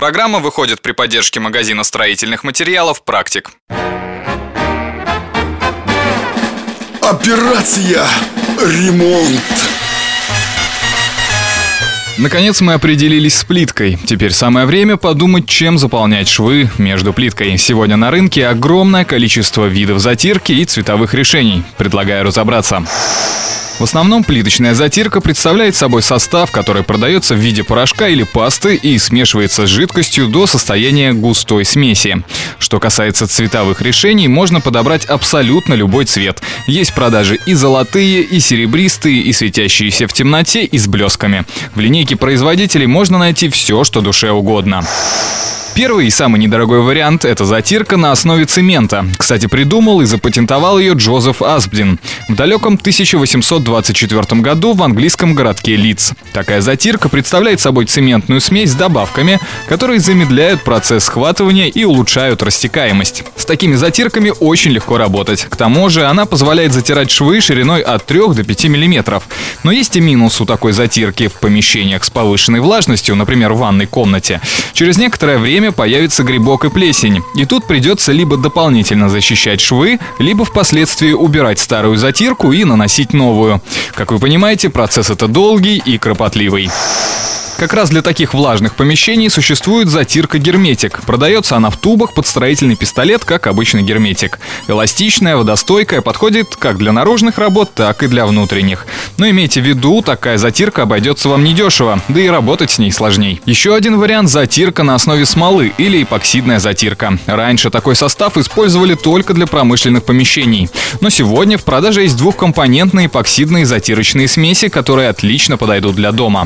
Программа выходит при поддержке магазина строительных материалов «Практик». Операция «Ремонт». Наконец мы определились с плиткой. Теперь самое время подумать, чем заполнять швы между плиткой. Сегодня на рынке огромное количество видов затирки и цветовых решений. Предлагаю разобраться. В основном плиточная затирка представляет собой состав, который продается в виде порошка или пасты и смешивается с жидкостью до состояния густой смеси. Что касается цветовых решений, можно подобрать абсолютно любой цвет. Есть в продаже и золотые, и серебристые, и светящиеся в темноте, и с блесками. В линейке производителей можно найти все, что душе угодно. Первый и самый недорогой вариант – это затирка на основе цемента. Кстати, придумал и запатентовал ее Джозеф Асбден в далеком 1824 году в английском городке Лидс. Такая затирка представляет собой цементную смесь с добавками, которые замедляют процесс схватывания и улучшают растекаемость. С такими затирками очень легко работать. К тому же она позволяет затирать швы шириной от 3 до 5 мм. Но есть и минус у такой затирки в помещениях с повышенной влажностью, например, в ванной комнате. Через некоторое время появится грибок и плесень. И тут придется либо дополнительно защищать швы, либо впоследствии убирать старую затирку и наносить новую. Как вы понимаете, процесс это долгий и кропотливый. Как раз для таких влажных помещений существует затирка «Герметик». Продается она в тубах под строительный пистолет, как обычный герметик. Эластичная, водостойкая, подходит как для наружных работ, так и для внутренних. Но имейте в виду, такая затирка обойдется вам недешево, да и работать с ней сложней. Еще один вариант – затирка на основе смолы или эпоксидная затирка. Раньше такой состав использовали только для промышленных помещений. Но сегодня в продаже есть двухкомпонентные эпоксидные затирочные смеси, которые отлично подойдут для дома.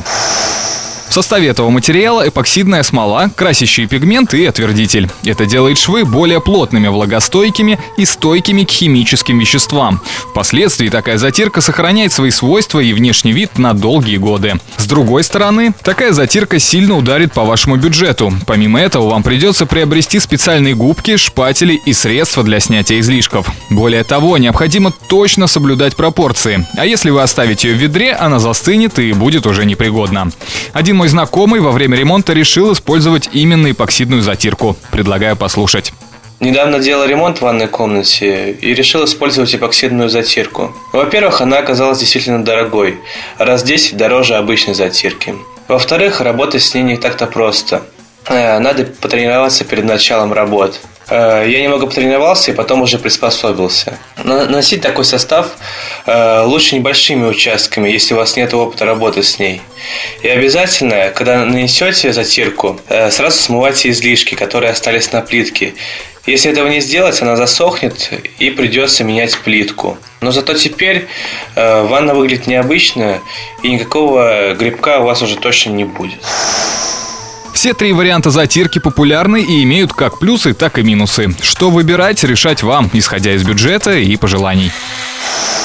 В составе этого материала эпоксидная смола, красящий пигмент и отвердитель. Это делает швы более плотными, влагостойкими и стойкими к химическим веществам. Впоследствии такая затирка сохраняет свои свойства и внешний вид на долгие годы. С другой стороны, такая затирка сильно ударит по вашему бюджету. Помимо этого, вам придется приобрести специальные губки, шпатели и средства для снятия излишков. Более того, необходимо точно соблюдать пропорции. А если вы оставите ее в ведре, она застынет и будет уже непригодна. Один мой знакомый во время ремонта решил использовать именно эпоксидную затирку. Предлагаю послушать. Недавно делал ремонт в ванной комнате и решил использовать эпоксидную затирку. Во-первых, она оказалась действительно дорогой, раз в 10 дороже обычной затирки. Во-вторых, работать с ней не так-то просто. Надо потренироваться перед началом работ. Я немного потренировался и потом уже приспособился. Наносить такой состав лучше небольшими участками, если у вас нет опыта работы с ней. И обязательно, когда нанесете затирку, сразу смывайте излишки, которые остались на плитке. Если этого не сделать, она засохнет и придется менять плитку. Но зато теперь ванна выглядит необычно и никакого грибка у вас уже точно не будет. Все три варианта затирки популярны и имеют как плюсы, так и минусы. Что выбирать, решать вам, исходя из бюджета и пожеланий.